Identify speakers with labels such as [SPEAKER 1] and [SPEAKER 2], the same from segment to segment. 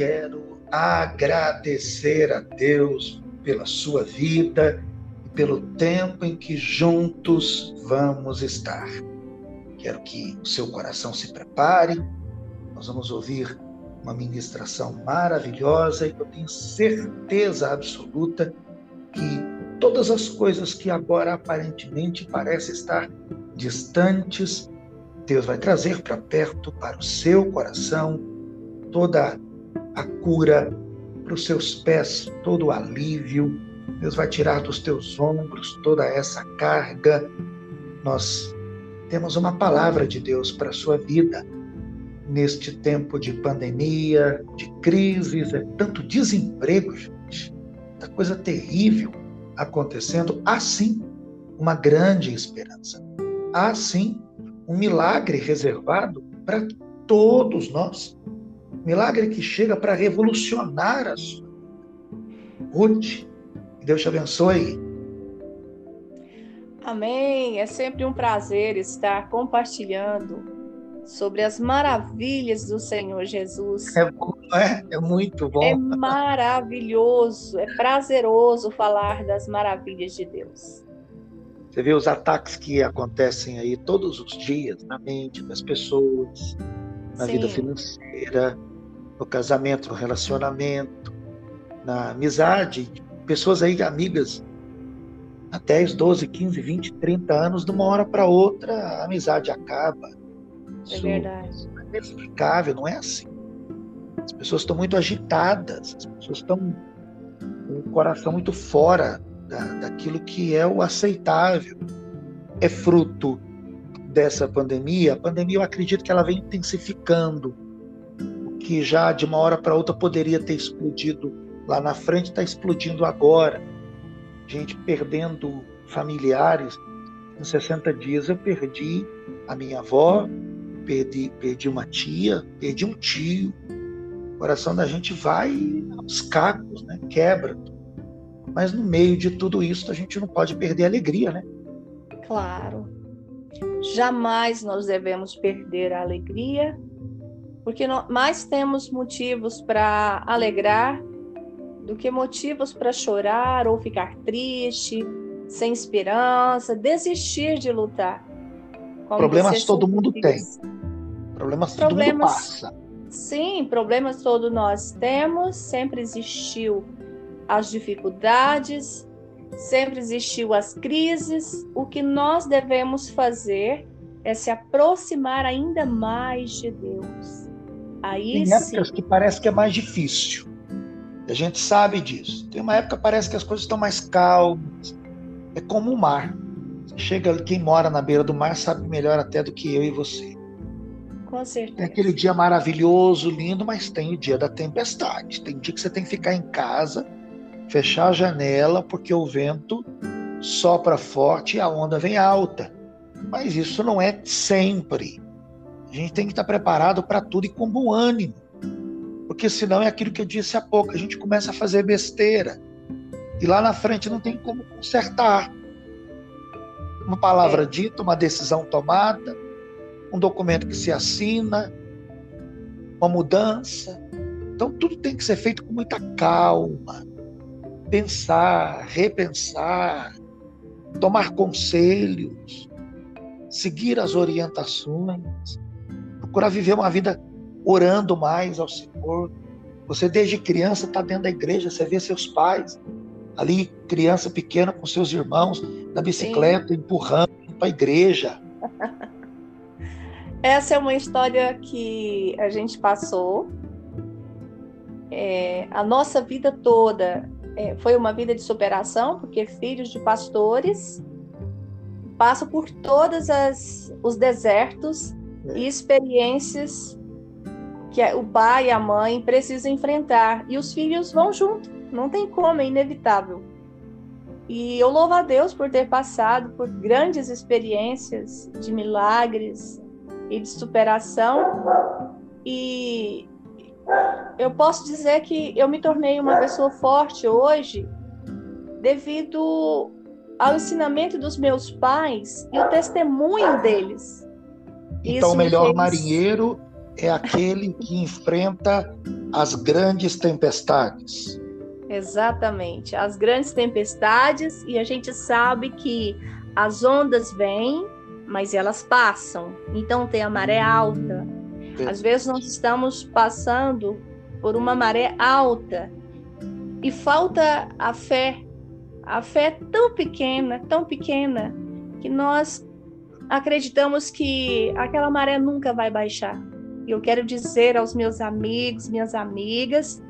[SPEAKER 1] quero agradecer a Deus pela sua vida e pelo tempo em que juntos vamos estar. Quero que o seu coração se prepare. Nós vamos ouvir uma ministração maravilhosa e eu tenho certeza absoluta que todas as coisas que agora aparentemente parecem estar distantes, Deus vai trazer para perto, para o seu coração, toda a cura, para os seus pés, todo o alívio. Deus vai tirar dos teus ombros toda essa carga. Nós temos uma palavra de Deus para a sua vida. Neste tempo de pandemia, de crises, é tanto desemprego, gente, tanta coisa terrível acontecendo. Há sim uma grande esperança. Há sim um milagre reservado para todos nós. Milagre que chega para revolucionar a sua vida. Ruth, que Deus te abençoe.
[SPEAKER 2] Amém. É sempre um prazer estar compartilhando sobre as maravilhas do Senhor Jesus.
[SPEAKER 1] É bom, não é? É muito bom.
[SPEAKER 2] É maravilhoso, é prazeroso falar das maravilhas de Deus.
[SPEAKER 1] Você vê os ataques que acontecem aí todos os dias na mente das pessoas, na vida financeira, no casamento, no relacionamento, na amizade. Pessoas aí, amigas, há 10, 12, 15, 20, 30 anos, de uma hora para outra, a amizade acaba.
[SPEAKER 2] É verdade.
[SPEAKER 1] Não é inexplicável, não é assim. As pessoas estão muito agitadas, as pessoas estão com o coração muito fora daquilo que é o aceitável. É fruto dessa pandemia. A pandemia, eu acredito que ela vem intensificando. O que já de uma hora para outra poderia ter explodido lá na frente, está explodindo agora. Gente perdendo familiares. Em 60 dias eu perdi a minha avó, perdi uma tia, perdi um tio. O coração da gente vai aos cacos, né? Quebra. Mas no meio de tudo isso, a gente não pode perder a alegria, né?
[SPEAKER 2] Claro. Jamais nós devemos perder a alegria, porque mais temos motivos para alegrar do que motivos para chorar ou ficar triste, sem esperança, desistir de lutar.
[SPEAKER 1] Problemas todo mundo tem. Problemas todo mundo passa.
[SPEAKER 2] Sim, problemas todos nós temos, sempre existiu as dificuldades, sempre existiu as crises. O que nós devemos fazer é se aproximar ainda mais de Deus. Aí
[SPEAKER 1] tem épocas que parece que é mais difícil. A gente sabe disso. Tem uma época que parece que as coisas estão mais calmas. É como o mar. Chega, quem mora na beira do mar sabe melhor até do que eu e você.
[SPEAKER 2] Com certeza.
[SPEAKER 1] Tem aquele dia maravilhoso, lindo, mas tem o dia da tempestade. Tem dia que você tem que ficar em casa, fechar a janela, porque o vento sopra forte e a onda vem alta. Mas isso não é sempre. A gente tem que estar preparado para tudo e com bom ânimo. Porque senão é aquilo que eu disse há pouco, a gente começa a fazer besteira. E lá na frente não tem como consertar. Uma palavra dita, uma decisão tomada, um documento que se assina, uma mudança. Então tudo tem que ser feito com muita calma. Pensar, repensar, tomar conselhos, seguir as orientações, procurar viver uma vida orando mais ao Senhor. Você desde criança está dentro da igreja, você vê seus pais ali, criança pequena com seus irmãos, na bicicleta, sim, empurrando para a igreja.
[SPEAKER 2] Essa é uma história que a gente passou. A nossa vida toda foi uma vida de superação, porque filhos de pastores passam por todos os desertos e experiências que o pai e a mãe precisam enfrentar. E os filhos vão junto, não tem como, é inevitável. E eu louvo a Deus por ter passado por grandes experiências de milagres e de superação. E eu posso dizer que eu me tornei uma pessoa forte hoje devido ao ensinamento dos meus pais e o testemunho deles.
[SPEAKER 1] Então, o melhor marinheiro é aquele que enfrenta as grandes tempestades.
[SPEAKER 2] Exatamente, as grandes tempestades, e a gente sabe que as ondas vêm, mas elas passam. Então tem a maré alta. Às vezes nós estamos passando por uma maré alta e falta a fé. A fé é tão pequena, que nós acreditamos que aquela maré nunca vai baixar. E eu quero dizer aos meus amigos, minhas amigas,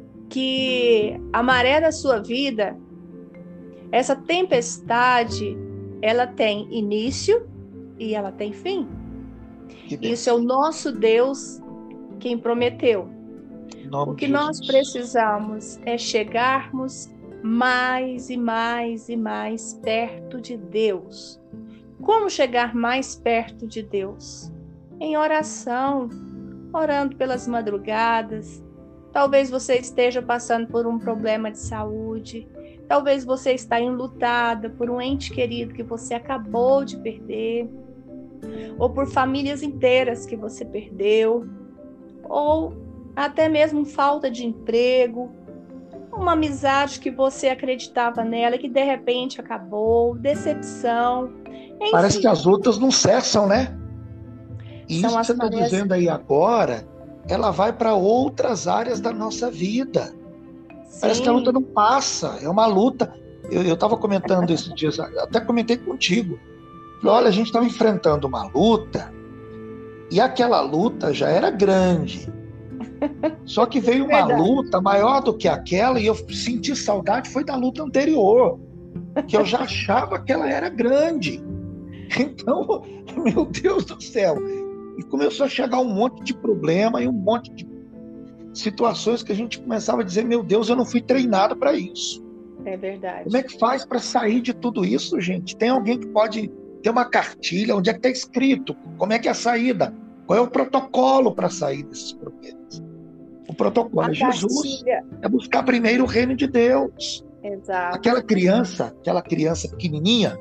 [SPEAKER 2] que a maré da sua vida, essa tempestade, ela tem início e ela tem fim. Isso é o nosso Deus quem prometeu. O que nós precisamos é chegarmos mais e mais e mais perto de Deus. Como chegar mais perto de Deus? Em oração, orando pelas madrugadas. Talvez você esteja passando por um problema de saúde. Talvez você está enlutada por um ente querido que você acabou de perder. Ou por famílias inteiras que você perdeu. Ou até mesmo falta de emprego. Uma amizade que você acreditava nela e que de repente acabou. Decepção. Enfim.
[SPEAKER 1] Parece que as lutas não cessam, né? E isso que você está dizendo aí agora, ela vai para outras áreas da nossa vida. Sim. Parece que a luta não passa, é uma luta. Eu estava comentando esses dias, até comentei contigo. Falei, olha, a gente estava enfrentando uma luta e aquela luta já era grande. Só que veio uma luta maior do que aquela e eu senti saudade, foi da luta anterior, que eu já achava que ela era grande. Então, meu Deus do céu, e começou a chegar um monte de problema e um monte de situações que a gente começava a dizer, meu Deus, eu não fui treinado para isso.
[SPEAKER 2] É verdade.
[SPEAKER 1] Como é que faz para sair de tudo isso, gente? Tem alguém que pode ter uma cartilha, onde é que está escrito? Como é que é a saída? Qual é o protocolo para sair desses problemas? O protocolo é Jesus, é buscar primeiro o reino de Deus.
[SPEAKER 2] Exato.
[SPEAKER 1] Aquela criança pequenininha,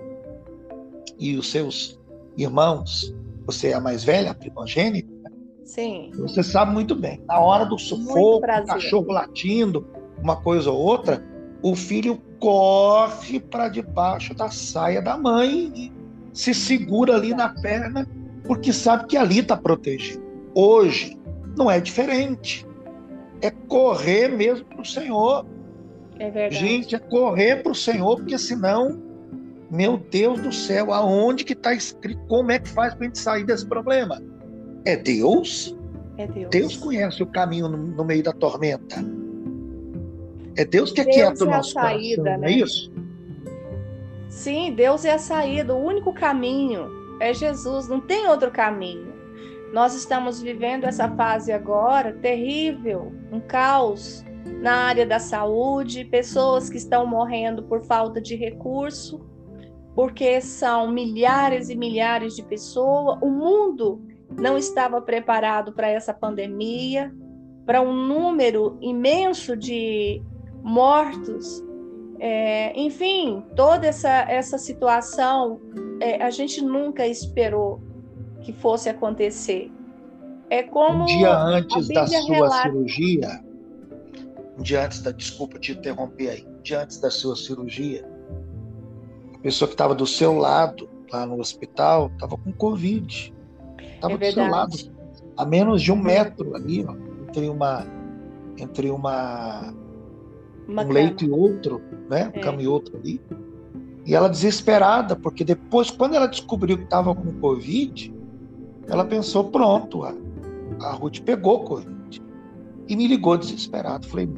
[SPEAKER 1] e os seus irmãos, você é a mais velha, a primogênita?
[SPEAKER 2] Sim.
[SPEAKER 1] Você sabe muito bem. Na hora do sufoco, o cachorro latindo, uma coisa ou outra, o filho corre para debaixo da saia da mãe e se segura ali na perna, porque sabe que ali está protegido. Hoje não é diferente. É correr mesmo para o Senhor.
[SPEAKER 2] É verdade.
[SPEAKER 1] Gente, é correr para o Senhor, porque senão, meu Deus do céu, aonde que está escrito? Como é que faz para a gente sair desse problema? É Deus?
[SPEAKER 2] É Deus.
[SPEAKER 1] Deus conhece o caminho no meio da tormenta. É Deus que aquieta o nosso coração, né? Não é isso?
[SPEAKER 2] Sim, Deus é a saída. O único caminho é Jesus, não tem outro caminho. Nós estamos vivendo essa fase agora terrível, um caos na área da saúde, pessoas que estão morrendo por falta de recurso, porque são milhares e milhares de pessoas. O mundo não estava preparado para essa pandemia, para um número imenso de mortos. Enfim, toda essa situação, a gente nunca esperou que fosse acontecer. É como
[SPEAKER 1] um dia antes da sua cirurgia, desculpa te interromper aí, um dia antes da sua cirurgia, a pessoa que estava do seu lado, lá no hospital, estava com Covid. Estava do seu lado, a menos de 1 metro ali, ó, entre um leito e outro, né? Um cama e outro ali. E ela desesperada, porque depois, quando ela descobriu que estava com Covid, ela pensou, pronto, a Ruth pegou Covid. E me ligou desesperado. Falei,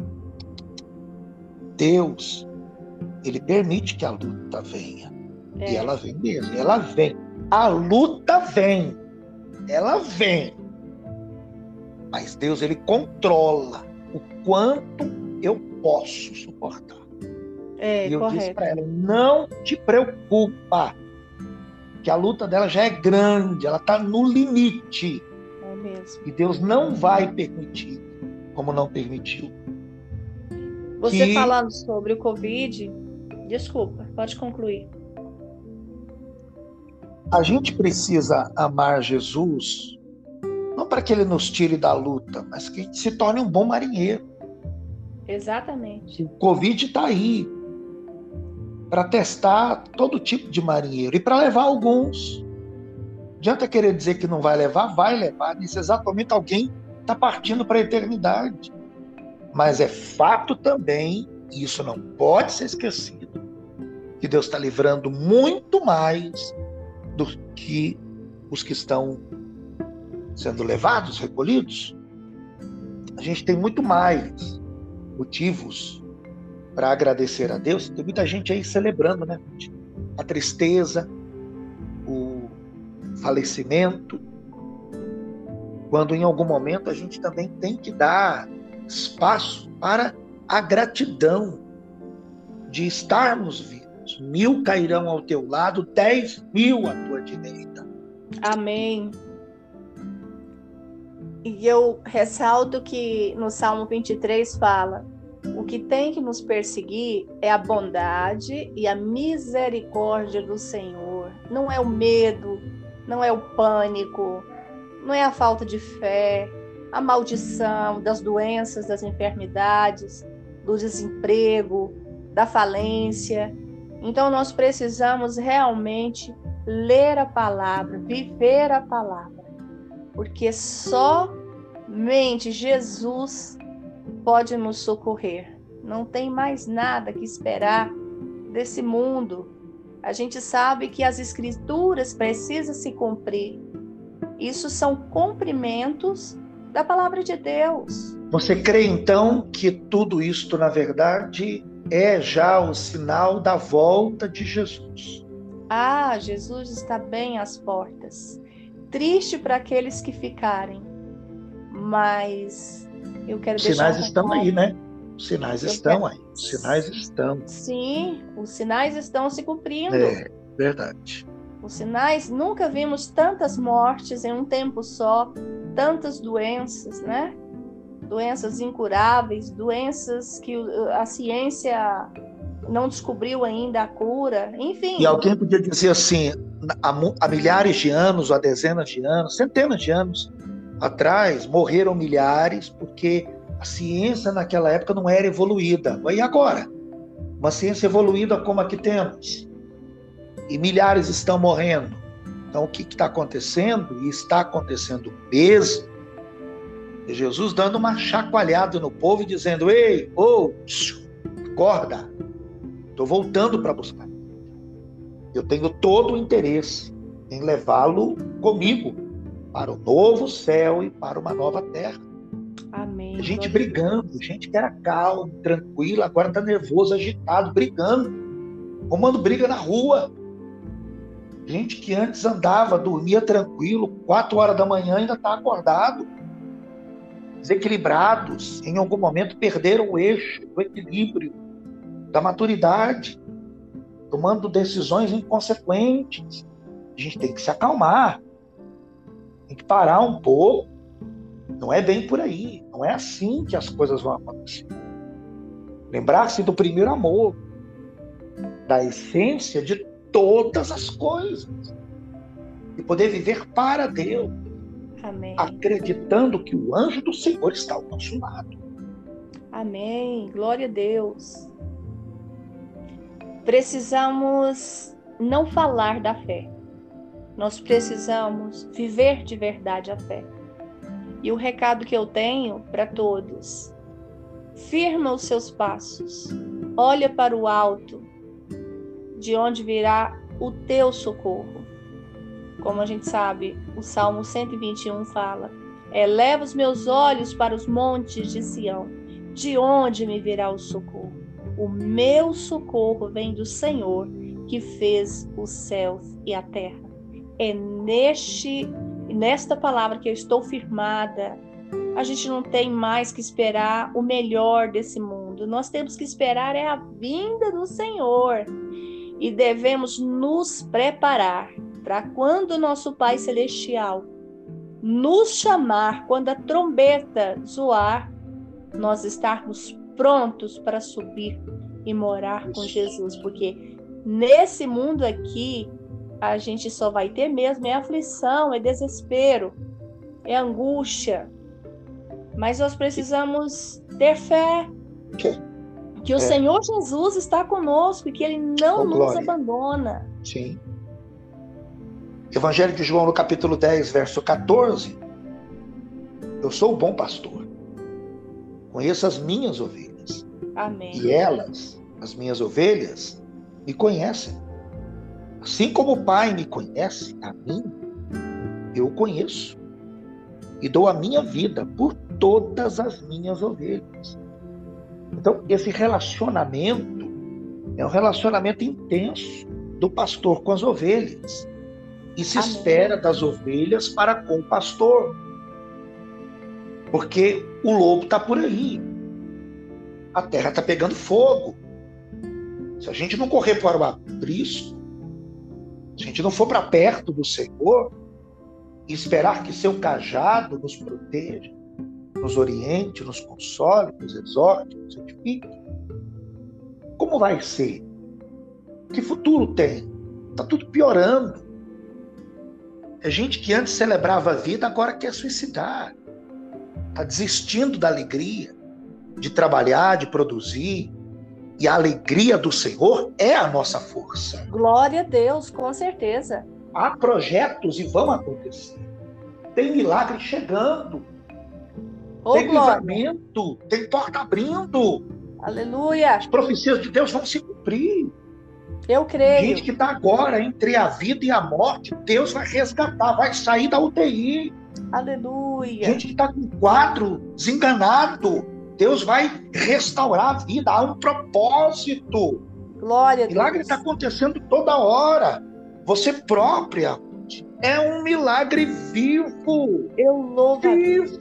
[SPEAKER 1] Deus, Ele permite que a luta venha. E ela vem mesmo, ela vem. A luta vem. Ela vem. Mas Deus, Ele controla o quanto eu posso suportar. E eu disse para ela, não te preocupa, que a luta dela já é grande, ela está no limite.
[SPEAKER 2] É mesmo.
[SPEAKER 1] E Deus não vai permitir, como não permitiu.
[SPEAKER 2] Você falando sobre o Covid, desculpa, pode concluir.
[SPEAKER 1] A gente precisa amar Jesus, não para que ele nos tire da luta, mas que a gente se torne um bom marinheiro.
[SPEAKER 2] Exatamente.
[SPEAKER 1] O Covid está aí para testar todo tipo de marinheiro e para levar alguns. Não adianta querer dizer que não vai levar, vai levar. Nesse exato momento alguém está partindo para a eternidade. Mas é fato também, e isso não pode ser esquecido, que Deus está livrando muito mais do que os que estão sendo levados, recolhidos. A gente tem muito mais motivos para agradecer a Deus. Tem muita gente aí celebrando, né? A tristeza, o falecimento, quando em algum momento a gente também tem que dar espaço para a gratidão de estarmos vivos. 1000 cairão ao teu lado, 10.000 à tua direita.
[SPEAKER 2] Amém. E eu ressalto que no Salmo 23 fala: o que tem que nos perseguir é a bondade e a misericórdia do Senhor. Não é o medo, não é o pânico, não é a falta de fé, a maldição das doenças, das enfermidades, do desemprego, da falência. Então nós precisamos realmente ler a palavra, viver a palavra, porque somente Jesus pode nos socorrer. Não tem mais nada que esperar desse mundo. A gente sabe que as escrituras precisam se cumprir. Isso são cumprimentos da palavra de Deus.
[SPEAKER 1] Você crê então que tudo isto, na verdade, é já o sinal da volta de Jesus?
[SPEAKER 2] Ah, Jesus está bem às portas. Triste para aqueles que ficarem, mas eu quero deixar...
[SPEAKER 1] Os sinais estão aí, né? Os sinais estão aí. Os sinais estão.
[SPEAKER 2] Sim, os sinais estão se cumprindo.
[SPEAKER 1] É, verdade.
[SPEAKER 2] Os sinais, nunca vimos tantas mortes em um tempo só, tantas doenças, né? Doenças incuráveis, doenças que a ciência não descobriu ainda a cura, enfim.
[SPEAKER 1] E alguém podia dizer assim, há milhares de anos, ou há dezenas de anos, centenas de anos atrás, morreram milhares porque a ciência naquela época não era evoluída. E agora? Uma ciência evoluída como a que temos. E milhares estão morrendo. Então o que está acontecendo? E está acontecendo mesmo. É Jesus dando uma chacoalhada no povo e dizendo: ei, acorda. Estou voltando para buscar. Eu tenho todo o interesse em levá-lo comigo para o novo céu e para uma nova terra.
[SPEAKER 2] Amém.
[SPEAKER 1] Gente brigando, gente que era calma, tranquila, agora está nervoso, agitado, brigando, arrumando briga na rua. Gente que antes andava, dormia tranquilo, 4 horas da manhã ainda está acordado. Desequilibrados, em algum momento perderam o eixo, o equilíbrio da maturidade, tomando decisões inconsequentes. A gente tem que se acalmar, tem que parar um pouco. Não é bem por aí, não é assim que as coisas vão acontecer. Lembrar-se do primeiro amor, da essência de todas as coisas, e poder viver para Deus.
[SPEAKER 2] Amém.
[SPEAKER 1] Acreditando que o anjo do Senhor está ao nosso lado.
[SPEAKER 2] Amém. Glória a Deus. Precisamos não falar da fé. Nós precisamos viver de verdade a fé. E o recado que eu tenho para todos: firma os seus passos. Olha para o alto, de onde virá o teu socorro. Como a gente sabe, o Salmo 121 fala: eleva os meus olhos para os montes de Sião, de onde me virá o socorro? O meu socorro vem do Senhor, que fez os céus e a terra. É nesta palavra que eu estou firmada. A gente não tem mais que esperar o melhor desse mundo. Nós temos que esperar a vinda do Senhor. E devemos nos preparar para quando o nosso Pai Celestial nos chamar, quando a trombeta zoar, nós estarmos prontos para subir e morar com Jesus. Porque nesse mundo aqui, a gente só vai ter mesmo aflição, desespero. é angústia, mas nós precisamos ter fé que o Senhor Jesus está conosco e que Ele não nos abandona.
[SPEAKER 1] Sim. Evangelho de João, no capítulo 10, verso 14. Eu sou o bom pastor. Conheço as minhas ovelhas.
[SPEAKER 2] Amém.
[SPEAKER 1] E elas, as minhas ovelhas, me conhecem. Assim como o Pai me conhece, a mim, eu conheço. E dou a minha vida por todas as minhas ovelhas. Então, esse relacionamento é um relacionamento intenso do pastor com as ovelhas. E se espera das ovelhas para com o pastor. Porque o lobo está por aí. A terra está pegando fogo. Se a gente não correr para o aprisco, se a gente não for para perto do Senhor e esperar que seu cajado nos proteja, nos oriente, nos console, nos exorte, nos edifique, como vai ser? Que futuro tem? Está tudo piorando. É gente que antes celebrava a vida, agora quer suicidar. Está desistindo da alegria de trabalhar, de produzir. E a alegria do Senhor é a nossa força.
[SPEAKER 2] Glória a Deus, com certeza.
[SPEAKER 1] Há projetos e vão acontecer. Tem milagre chegando. Tem livramento, tem porta abrindo.
[SPEAKER 2] Aleluia.
[SPEAKER 1] As profecias de Deus vão se cumprir.
[SPEAKER 2] Eu creio.
[SPEAKER 1] Gente que está agora entre a vida e a morte, Deus vai resgatar, vai sair da UTI.
[SPEAKER 2] Aleluia.
[SPEAKER 1] Gente que está com quadro desenganado, Deus vai restaurar a vida. Há um propósito.
[SPEAKER 2] Glória a Deus.
[SPEAKER 1] Milagre está acontecendo toda hora. Você própria é um milagre vivo.
[SPEAKER 2] Eu louvo a Deus.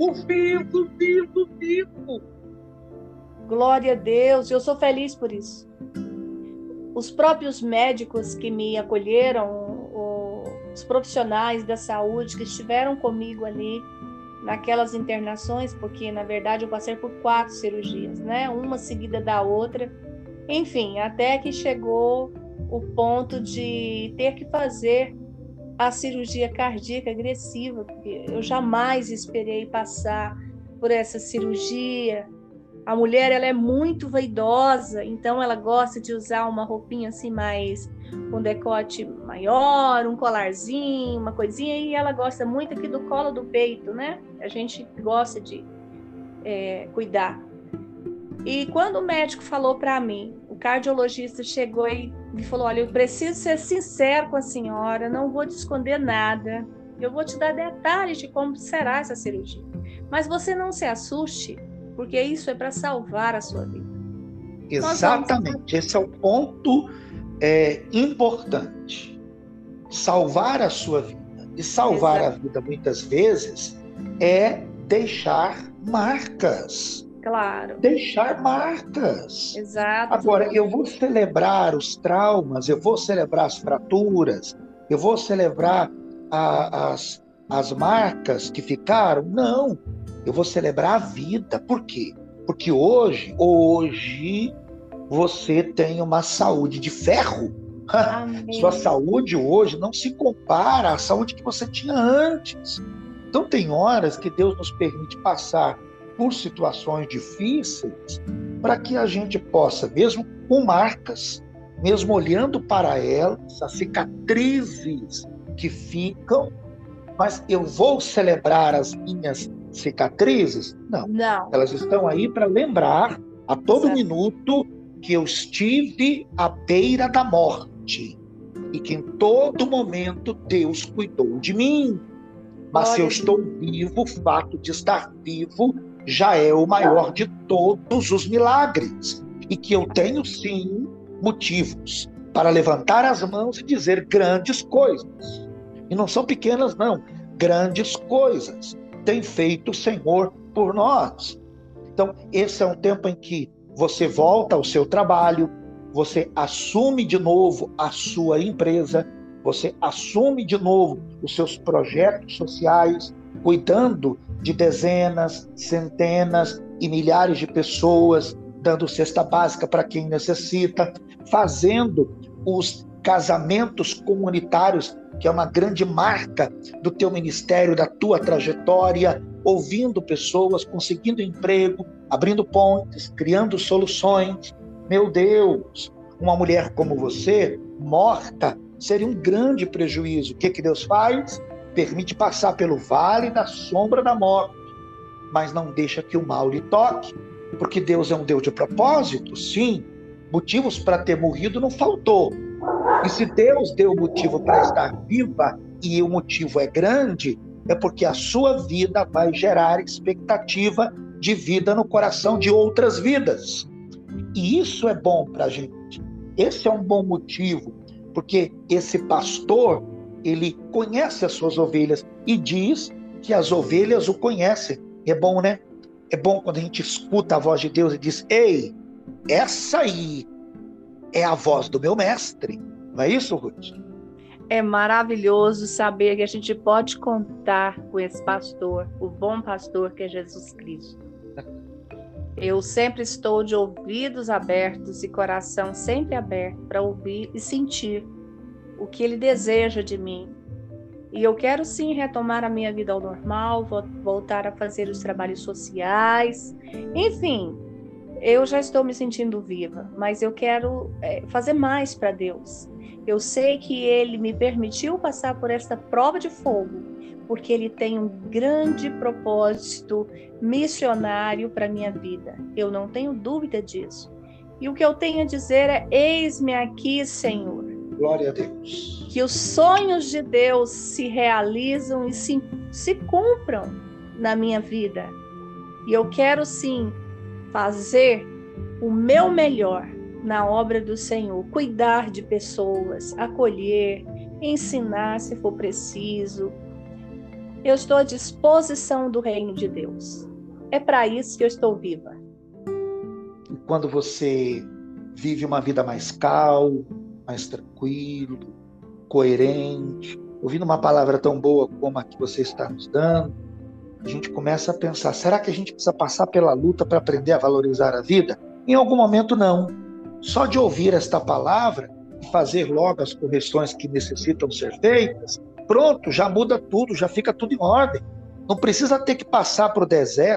[SPEAKER 1] Vivo.
[SPEAKER 2] Glória a Deus. Eu sou feliz por isso. Os próprios médicos que me acolheram, os profissionais da saúde que estiveram comigo ali naquelas internações, porque na verdade eu passei por 4 cirurgias, né? Uma seguida da outra. Enfim, até que chegou o ponto de ter que fazer a cirurgia cardíaca agressiva, porque eu jamais esperei passar por essa cirurgia. A mulher, ela é muito vaidosa, então ela gosta de usar uma roupinha assim mais, com decote maior, um colarzinho, uma coisinha, e ela gosta muito aqui do colo do peito, né? A gente gosta de cuidar. E quando o médico falou para mim, o cardiologista chegou e me falou, olha, eu preciso ser sincero com a senhora, não vou te esconder nada, eu vou te dar detalhes de como será essa cirurgia. Mas você não se assuste, porque isso é para salvar a sua vida.
[SPEAKER 1] Exatamente, esse é o ponto importante. Salvar a sua vida. E salvar a vida, muitas vezes, é deixar marcas.
[SPEAKER 2] Claro.
[SPEAKER 1] Deixar marcas.
[SPEAKER 2] Exato.
[SPEAKER 1] Agora, eu vou celebrar os traumas, eu vou celebrar as fraturas, eu vou celebrar as marcas que ficaram? Não. Eu vou celebrar a vida. Por quê? Porque hoje você tem uma saúde de ferro. Sua saúde hoje não se compara à saúde que você tinha antes. Então tem horas que Deus nos permite passar por situações difíceis para que a gente possa, mesmo com marcas, mesmo olhando para elas, as cicatrizes que ficam, mas eu vou celebrar as minhas cicatrizes? Não. Elas estão aí para lembrar a todo minuto que eu estive à beira da morte e que em todo momento Deus cuidou de mim. Mas se eu estou vivo, o fato de estar vivo já é o maior de todos os milagres. E que eu tenho, sim, motivos para levantar as mãos e dizer grandes coisas. E não são pequenas, não. Grandes coisas tem feito o Senhor por nós. Então, esse é um tempo em que você volta ao seu trabalho, você assume de novo a sua empresa, você assume de novo os seus projetos sociais, cuidando de dezenas, centenas e milhares de pessoas, dando cesta básica para quem necessita, fazendo os casamentos comunitários, que é uma grande marca do teu ministério, da tua trajetória, ouvindo pessoas, conseguindo emprego, abrindo pontes, criando soluções. Meu Deus, uma mulher como você, morta, seria um grande prejuízo. O que Deus faz? Permite passar pelo vale da sombra da morte, mas não deixa que o mal lhe toque, porque Deus é um Deus de propósito, sim. Motivos para ter morrido não faltou. E se Deus deu motivo para estar viva, e o motivo é grande, é porque a sua vida vai gerar expectativa de vida no coração de outras vidas. E isso é bom para a gente. Esse é um bom motivo, porque esse pastor, ele conhece as suas ovelhas e diz que as ovelhas o conhecem. É bom, né? É bom quando a gente escuta a voz de Deus e diz: ei, essa aí é a voz do meu mestre. Não é isso, Ruth?
[SPEAKER 2] É maravilhoso saber que a gente pode contar com esse pastor, o bom pastor que é Jesus Cristo. Eu sempre estou de ouvidos abertos e coração sempre aberto para ouvir e sentir o que ele deseja de mim. E eu quero sim retomar a minha vida ao normal, voltar a fazer os trabalhos sociais, enfim, eu já estou me sentindo viva, mas eu quero fazer mais para Deus. Eu sei que Ele me permitiu passar por esta prova de fogo, porque Ele tem um grande propósito missionário para a minha vida. Eu não tenho dúvida disso. E o que eu tenho a dizer é: eis-me aqui, Senhor.
[SPEAKER 1] Glória a Deus.
[SPEAKER 2] Que os sonhos de Deus se realizam e se cumpram na minha vida. E eu quero sim fazer o meu melhor na obra do Senhor, cuidar de pessoas, acolher, ensinar se for preciso. Eu estou à disposição do reino de Deus. É para isso que eu estou viva.
[SPEAKER 1] E quando você vive uma vida mais calma, mais tranquilo, coerente, ouvindo uma palavra tão boa como a que você está nos dando, a gente começa a pensar: será que a gente precisa passar pela luta para aprender a valorizar a vida? Em algum momento não. Só de ouvir esta palavra e fazer logo as correções que necessitam ser feitas, pronto, já muda tudo, já fica tudo em ordem. Não precisa ter que passar pelo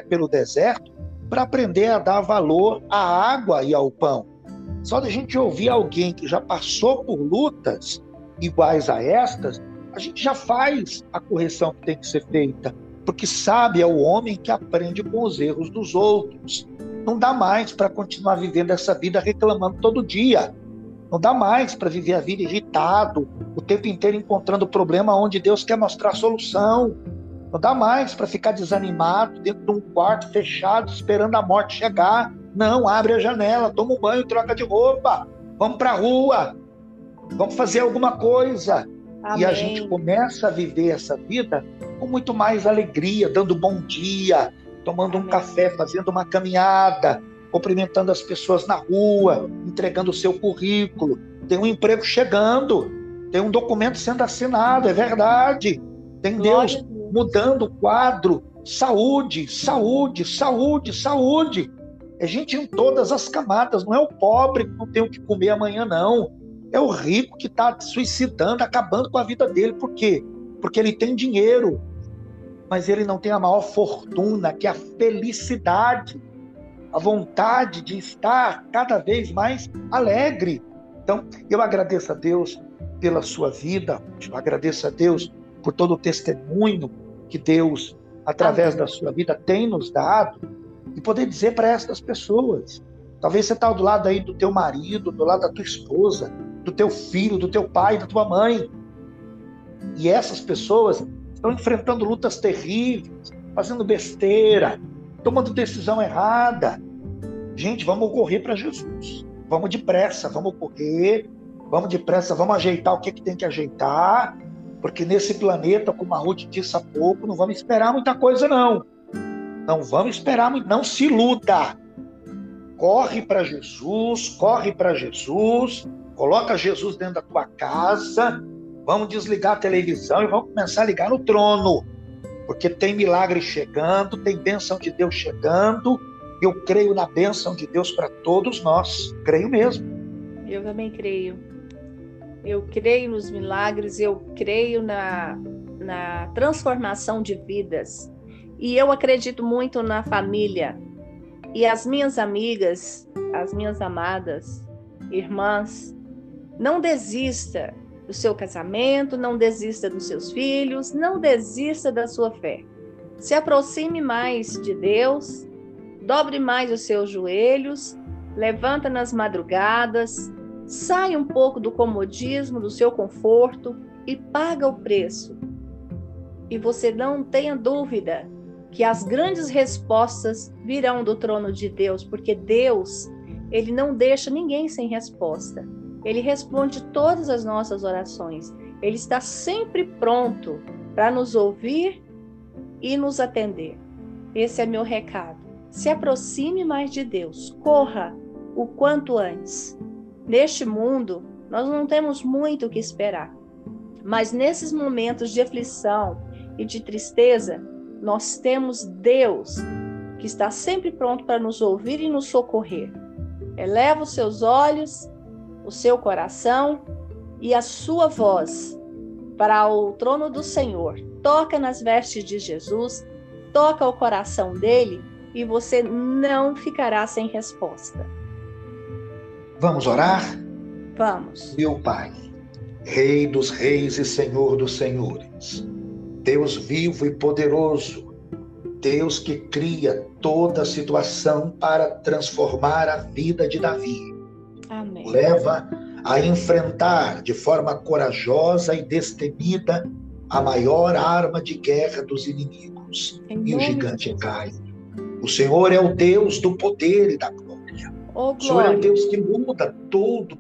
[SPEAKER 1] deserto para aprender a dar valor à água e ao pão. Só da gente ouvir alguém que já passou por lutas iguais a estas, a gente já faz a correção que tem que ser feita, porque sabe, é o homem que aprende com os erros dos outros. Não dá mais para continuar vivendo essa vida reclamando todo dia. Não dá mais para viver a vida irritado, o tempo inteiro encontrando problema onde Deus quer mostrar a solução. Não dá mais para ficar desanimado dentro de um quarto fechado esperando a morte chegar. Não, abre a janela, toma um banho, troca de roupa, vamos para a rua, vamos fazer alguma coisa. Amém. E a gente começa a viver essa vida com muito mais alegria, dando bom dia, tomando um café, fazendo uma caminhada, cumprimentando as pessoas na rua, entregando o seu currículo. Tem um emprego chegando, tem um documento sendo assinado, é verdade. Tem Deus mudando o quadro. Saúde, saúde, saúde, saúde. É gente em todas as camadas, não é o pobre que não tem o que comer amanhã, não. É o rico que está suicidando, acabando com a vida dele. Por quê? Porque ele tem dinheiro, mas ele não tem a maior fortuna, que é a felicidade, a vontade de estar cada vez mais alegre. Então, eu agradeço a Deus pela sua vida, eu agradeço a Deus por todo o testemunho que Deus, através da sua vida, tem nos dado, e poder dizer para essas pessoas. Talvez você está do lado aí do teu marido, do lado da tua esposa, do teu filho, do teu pai, da tua mãe. E essas pessoas estão enfrentando lutas terríveis, fazendo besteira, tomando decisão errada. Gente, vamos correr para Jesus. Vamos depressa, vamos correr, vamos depressa, vamos ajeitar o que tem que ajeitar, porque nesse planeta, como a Ruth disse há pouco, não vamos esperar muita coisa, não. Não vamos esperar muito, não se iluda. Corre para Jesus, coloca Jesus dentro da tua casa, vamos desligar a televisão e vamos começar a ligar no trono, porque tem milagre chegando, tem bênção de Deus chegando. Eu creio na bênção de Deus para todos nós, creio mesmo.
[SPEAKER 2] Eu também creio. Eu creio nos milagres, eu creio na transformação de vidas. E eu acredito muito na família. E as minhas amigas, as minhas amadas irmãs, não desista do seu casamento, não desista dos seus filhos, não desista da sua fé. Se aproxime mais de Deus, dobre mais os seus joelhos, levanta nas madrugadas, sai um pouco do comodismo, do seu conforto e paga o preço. E você não tenha dúvida que as grandes respostas virão do trono de Deus, porque Deus, Ele não deixa ninguém sem resposta. Ele responde todas as nossas orações. Ele está sempre pronto para nos ouvir e nos atender. Esse é meu recado. Se aproxime mais de Deus. Corra o quanto antes. Neste mundo, nós não temos muito o que esperar. Mas nesses momentos de aflição e de tristeza, nós temos Deus que está sempre pronto para nos ouvir e nos socorrer. Eleva os seus olhos, o seu coração e a sua voz para o trono do Senhor. Toca nas vestes de Jesus, toca o coração dele e você não ficará sem resposta.
[SPEAKER 1] Vamos orar?
[SPEAKER 2] Vamos.
[SPEAKER 1] Meu Pai, Rei dos reis e Senhor dos senhores, Deus vivo e poderoso, Deus que cria toda a situação para transformar a vida de Davi.
[SPEAKER 2] Amém.
[SPEAKER 1] Leva a enfrentar de forma corajosa e destemida a maior arma de guerra dos inimigos. E o gigante cai. O Senhor é o Deus do poder e da glória. O Senhor é o Deus que muda tudo,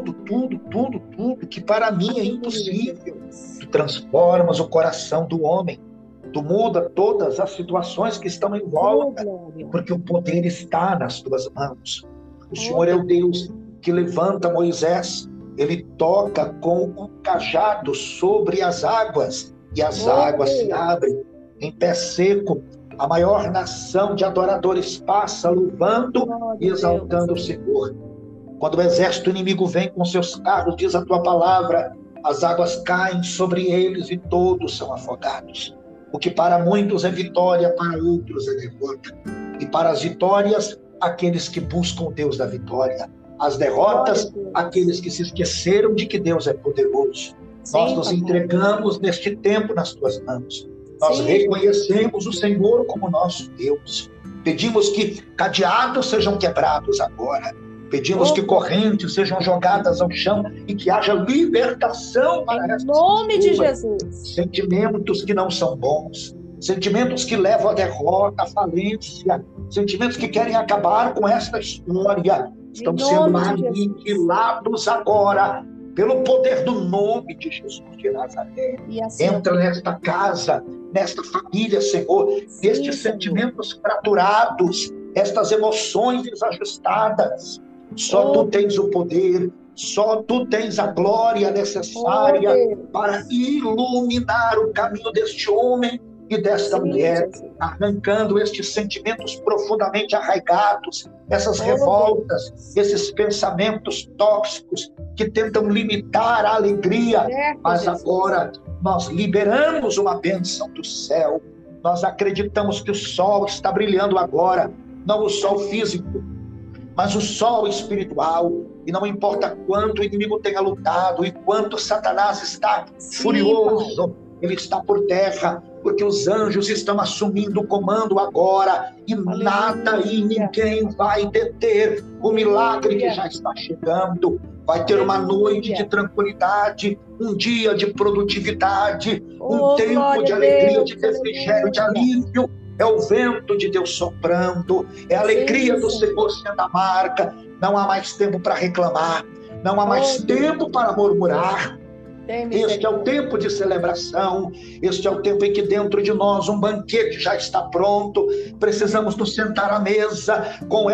[SPEAKER 1] que para mim é impossível. Tu transformas o coração do homem. Tu muda todas as situações que estão em volta, porque o poder está nas tuas mãos. O Senhor é o Deus que levanta Moisés, ele toca com o cajado sobre as águas, e as águas se abrem em pé seco. A maior nação de adoradores passa louvando e exaltando o Senhor. Quando o exército inimigo vem com seus carros, diz a tua palavra, as águas caem sobre eles e todos são afogados. O que para muitos é vitória, para outros é derrota. E para as vitórias, aqueles que buscam o Deus da vitória. As derrotas, aqueles que se esqueceram de que Deus é poderoso. Nós nos entregamos neste tempo nas tuas mãos. Nós reconhecemos o Senhor como nosso Deus. Pedimos que cadeados sejam quebrados agora. Pedimos que correntes sejam jogadas ao chão e que haja libertação para esta
[SPEAKER 2] nome de Jesus.
[SPEAKER 1] Sentimentos que não são bons, sentimentos que levam à derrota, à falência, sentimentos que querem acabar com esta história, estão sendo aniquilados agora pelo poder do nome de Jesus de Nazaré. Entra nesta casa, nesta família, Senhor, estes sentimentos fraturados, estas emoções desajustadas. Só tu tens o poder, só tu tens a glória necessária para iluminar o caminho deste homem e desta mulher, arrancando estes sentimentos profundamente arraigados, essas revoltas, esses pensamentos tóxicos que tentam limitar a alegria, mas agora nós liberamos uma bênção do céu. Nós acreditamos que o sol está brilhando agora, não o sol físico, mas o sol espiritual. E não importa quanto o inimigo tenha lutado e quanto Satanás está furioso, ele está por terra, porque os anjos estão assumindo o comando agora, e nada e ninguém vai deter o milagre que já está chegando. Vai ter uma noite de tranquilidade, um dia de produtividade, um tempo de alegria, de refrigério, de alívio. É o vento de Deus soprando, é a alegria do Senhor sendo a marca. Não há mais tempo para reclamar, não há mais tempo para murmurar. Este é o tempo de celebração, este é o tempo em que dentro de nós um banquete já está pronto. Precisamos nos sentar à mesa com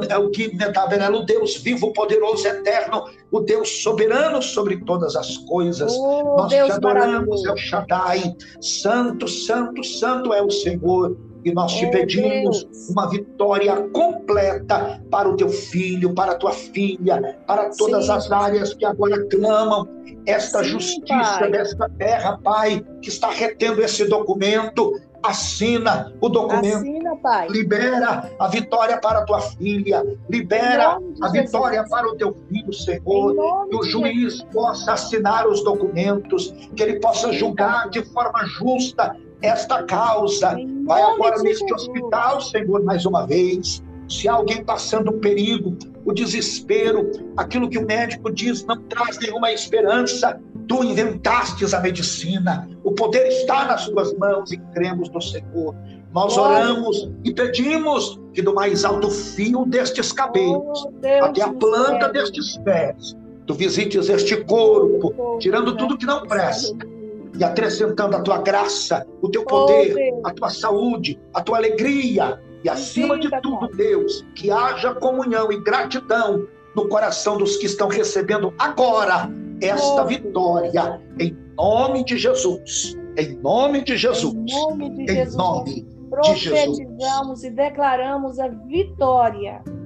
[SPEAKER 1] o Deus vivo, poderoso, eterno, o Deus soberano sobre todas as coisas. Nós te adoramos, El Shaddai. Santo, santo, santo é o Senhor. E nós te pedimos
[SPEAKER 2] Deus.
[SPEAKER 1] uma vitória completa para o teu filho, para a tua filha, para todas
[SPEAKER 2] Sim,
[SPEAKER 1] as áreas que agora clamam esta
[SPEAKER 2] sim,
[SPEAKER 1] justiça
[SPEAKER 2] Pai.
[SPEAKER 1] desta terra, Pai, que está retendo esse documento. Assina o documento.
[SPEAKER 2] Assina, Pai.
[SPEAKER 1] Libera a vitória para a tua filha,
[SPEAKER 2] Em
[SPEAKER 1] libera
[SPEAKER 2] nome de
[SPEAKER 1] a vitória
[SPEAKER 2] Jesus.
[SPEAKER 1] para o teu filho,
[SPEAKER 2] Em
[SPEAKER 1] Senhor.
[SPEAKER 2] nome
[SPEAKER 1] Que o
[SPEAKER 2] de
[SPEAKER 1] juiz
[SPEAKER 2] Jesus.
[SPEAKER 1] possa assinar os documentos, que ele possa
[SPEAKER 2] Sim,
[SPEAKER 1] julgar
[SPEAKER 2] Pai.
[SPEAKER 1] de forma justa esta causa.
[SPEAKER 2] Em
[SPEAKER 1] Vai
[SPEAKER 2] nome
[SPEAKER 1] agora
[SPEAKER 2] de
[SPEAKER 1] neste
[SPEAKER 2] Jesus.
[SPEAKER 1] hospital, Senhor, mais uma vez. Se há alguém passando perigo, o desespero, aquilo que o médico diz não traz nenhuma esperança, tu inventastes a medicina, o poder está nas tuas mãos e cremos no Senhor. Nós
[SPEAKER 2] Glória a
[SPEAKER 1] oramos e pedimos que do mais alto fio destes cabelos
[SPEAKER 2] Oh, Deus
[SPEAKER 1] até a
[SPEAKER 2] do
[SPEAKER 1] planta
[SPEAKER 2] céu.
[SPEAKER 1] destes pés, tu visites este corpo,
[SPEAKER 2] Oh,
[SPEAKER 1] tirando
[SPEAKER 2] Deus.
[SPEAKER 1] tudo que não presta
[SPEAKER 2] Aleluia.
[SPEAKER 1] e acrescentando a tua graça, o teu
[SPEAKER 2] Oh,
[SPEAKER 1] poder,
[SPEAKER 2] Deus.
[SPEAKER 1] a tua saúde, a tua alegria e, acima de
[SPEAKER 2] Visita,
[SPEAKER 1] tudo,
[SPEAKER 2] Pai.
[SPEAKER 1] Deus, que haja comunhão e gratidão no coração dos que estão recebendo agora esta
[SPEAKER 2] Oh,
[SPEAKER 1] vitória, em nome de Jesus, em nome de Jesus,
[SPEAKER 2] Em nome de
[SPEAKER 1] em
[SPEAKER 2] Jesus,
[SPEAKER 1] nome
[SPEAKER 2] nós
[SPEAKER 1] de Jesus.
[SPEAKER 2] profetizamos e declaramos a vitória